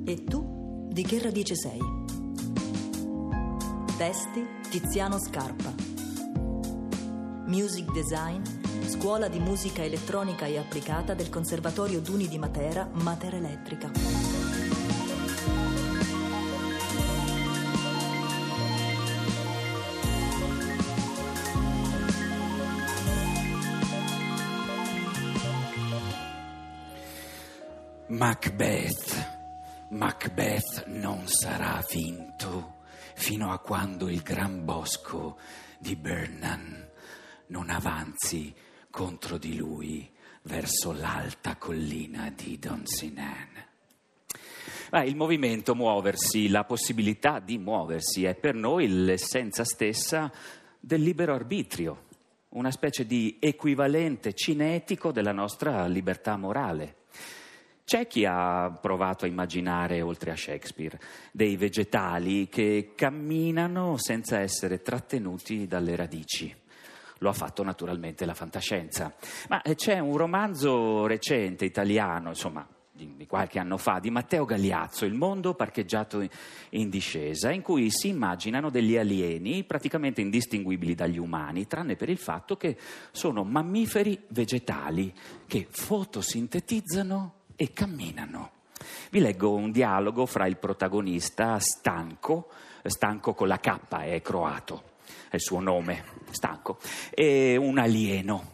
E tu di che radice sei? Testi Tiziano Scarpa. Music Design, Scuola di Musica Elettronica e Applicata del Conservatorio Duni di Matera, Matera Elettrica. Macbeth non sarà vinto fino a quando il gran bosco di Birnam non avanzi contro di lui verso l'alta collina di Dunsinane. Il movimento, muoversi, la possibilità di muoversi è per noi l'essenza stessa del libero arbitrio, una specie di equivalente cinetico della nostra libertà morale. C'è chi ha provato a immaginare, oltre a Shakespeare, dei vegetali che camminano senza essere trattenuti dalle radici. Lo ha fatto naturalmente la fantascienza. Ma c'è un romanzo recente, italiano, di qualche anno fa, di Matteo Gagliazzo, Il mondo parcheggiato in discesa, in cui si immaginano degli alieni praticamente indistinguibili dagli umani, tranne per il fatto che sono mammiferi vegetali che fotosintetizzano e camminano. Vi leggo un dialogo fra il protagonista Stanco con la K, è croato, è il suo nome, Stanco, e un alieno.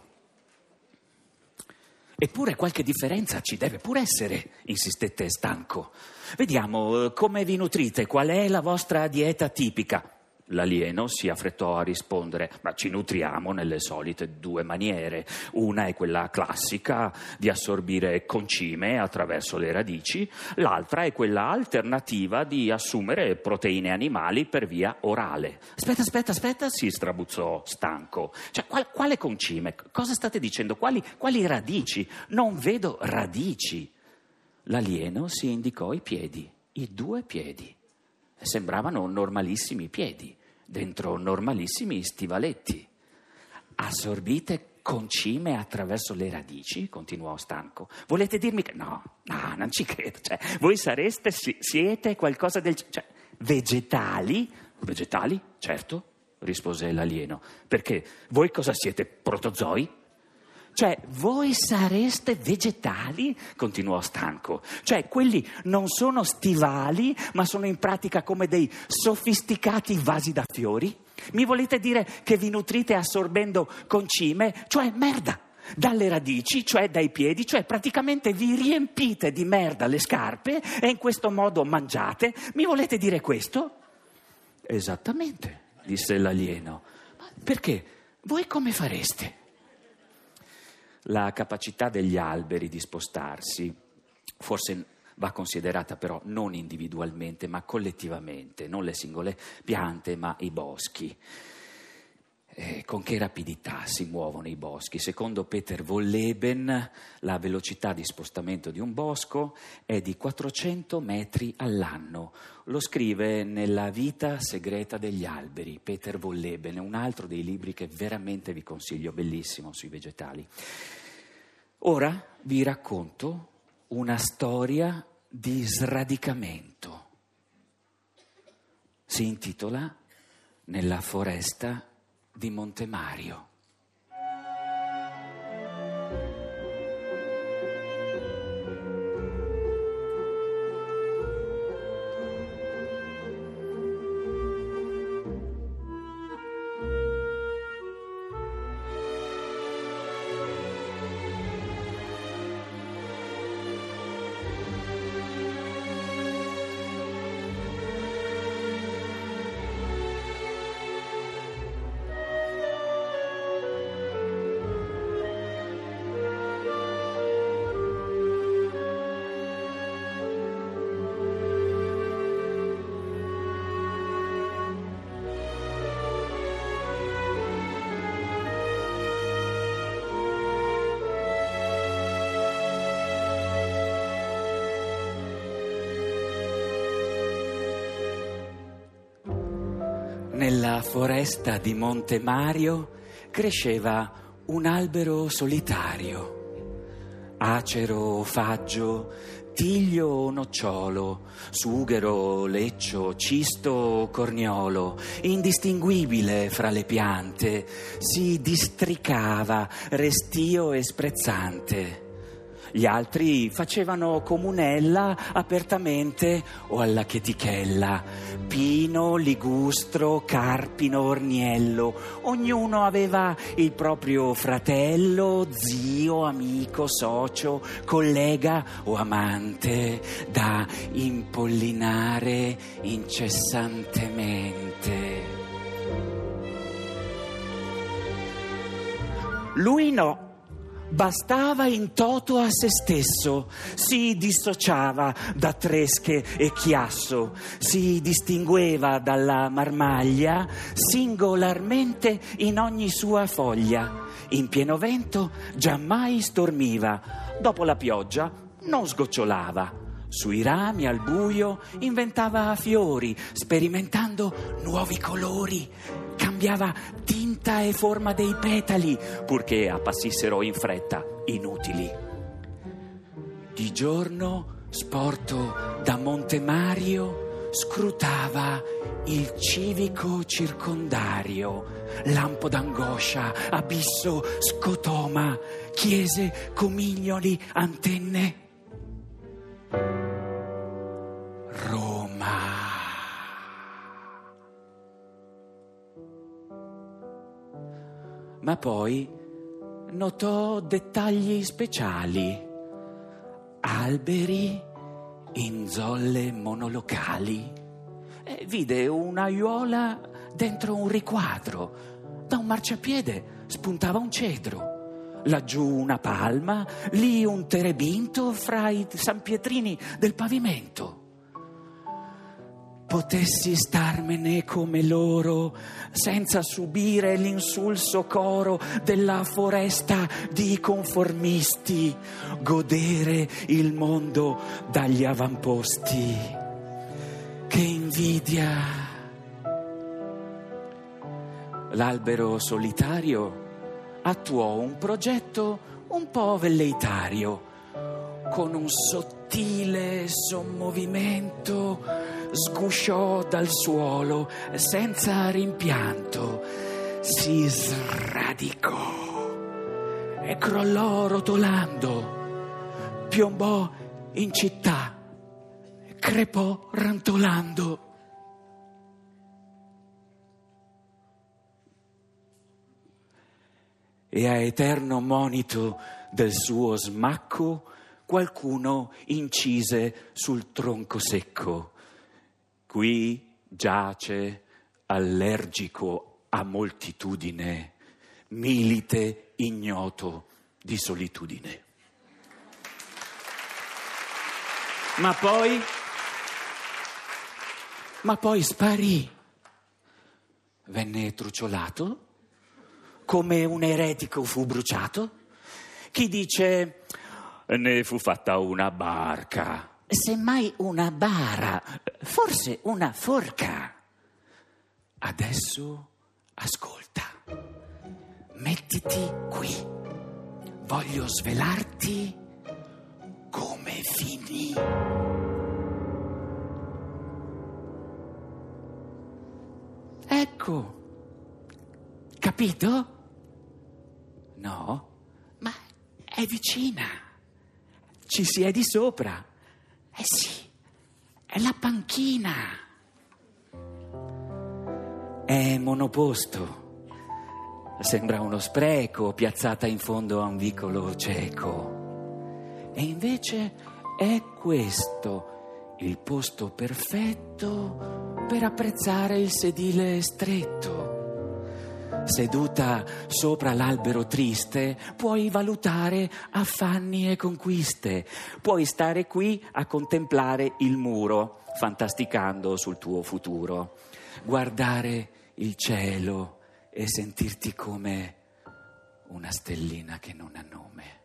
Eppure qualche differenza ci deve pure essere, insistette Stanco. Vediamo, come vi nutrite, qual è la vostra dieta tipica? L'alieno si affrettò a rispondere: ma ci nutriamo nelle solite due maniere. Una è quella classica di assorbire concime attraverso le radici, l'altra è quella alternativa di assumere proteine animali per via orale. Aspetta, si strabuzzò Stanco. Quale concime? Cosa state dicendo? Quali radici? Non vedo radici. L'alieno si indicò i piedi, i due piedi. Sembravano normalissimi piedi, dentro normalissimi stivaletti. Assorbite concime attraverso le radici? Continuò Stanco. Volete dirmi che... No, non ci credo. Voi siete qualcosa del... vegetali? Vegetali? Certo, rispose l'alieno. Perché voi cosa siete, protozoi? Voi sareste vegetali? Continuò Stanco. Quelli non sono stivali, ma sono in pratica come dei sofisticati vasi da fiori? Mi volete dire che vi nutrite assorbendo concime? Merda! Dalle radici, dai piedi, praticamente vi riempite di merda le scarpe e in questo modo mangiate? Mi volete dire questo? Esattamente, disse l'alieno. Ma perché? Voi come fareste? La capacità degli alberi di spostarsi forse va considerata però non individualmente ma collettivamente, non le singole piante ma i boschi. Con che rapidità si muovono i boschi? Secondo Peter Wohlleben la velocità di spostamento di un bosco è di 400 metri all'anno. Lo scrive nella Vita segreta degli alberi, Peter Wohlleben, è un altro dei libri che veramente vi consiglio, bellissimo, sui vegetali. Ora vi racconto una storia di sradicamento. Si intitola Nella foresta di Monte Mario. Nella foresta di Monte Mario cresceva un albero solitario. acero, faggio, tiglio, nocciolo, sughero, leccio, cisto, corniolo, indistinguibile fra le piante, si districava, restio e sprezzante. Gli altri facevano comunella apertamente o alla chetichella, pino, ligustro, carpino, orniello, ognuno aveva il proprio fratello, zio, amico, socio, collega o amante da impollinare incessantemente. Lui no. Bastava in toto a se stesso, si dissociava da tresche e chiasso, si distingueva dalla marmaglia singolarmente in ogni sua foglia. In pieno vento giammai stormiva, dopo la pioggia non sgocciolava. Sui rami al buio inventava fiori, sperimentando nuovi colori. Cambiava tinta e forma dei petali, purché appassissero in fretta, inutili. Di giorno, sporto da Monte Mario, scrutava il civico circondario, lampo d'angoscia, abisso, scotoma, chiese, comignoli, antenne. Roma. Ma poi notò dettagli speciali, alberi in zolle monolocali. Vide un'aiuola dentro un riquadro, da un marciapiede spuntava un cedro, laggiù una palma, lì un terebinto fra i sanpietrini del pavimento. Potessi starmene come loro, senza subire l'insulso coro della foresta di conformisti, godere il mondo dagli avamposti. Che invidia! L'albero solitario attuò un progetto un po' velleitario, con un sottile sommovimento sgusciò dal suolo senza rimpianto, si sradicò e crollò rotolando, piombò in città, crepò rantolando. E a eterno monito del suo smacco qualcuno incise sul tronco secco: qui giace, allergico a moltitudine, milite ignoto di solitudine. Ma poi sparì, venne truciolato, come un eretico fu bruciato. Chi dice ne fu fatta una barca, semmai una bara, forse una forca. Adesso ascolta, mettiti qui, voglio svelarti come finì. Ecco, capito? No, ma è vicina, ci siedi sopra. Eh sì, è la panchina. È monoposto. Sembra uno spreco piazzata in fondo a un vicolo cieco. E invece è questo il posto perfetto per apprezzare il sedile stretto. Seduta sopra l'albero triste, puoi valutare affanni e conquiste. Puoi stare qui a contemplare il muro, fantasticando sul tuo futuro. Guardare il cielo e sentirti come una stellina che non ha nome.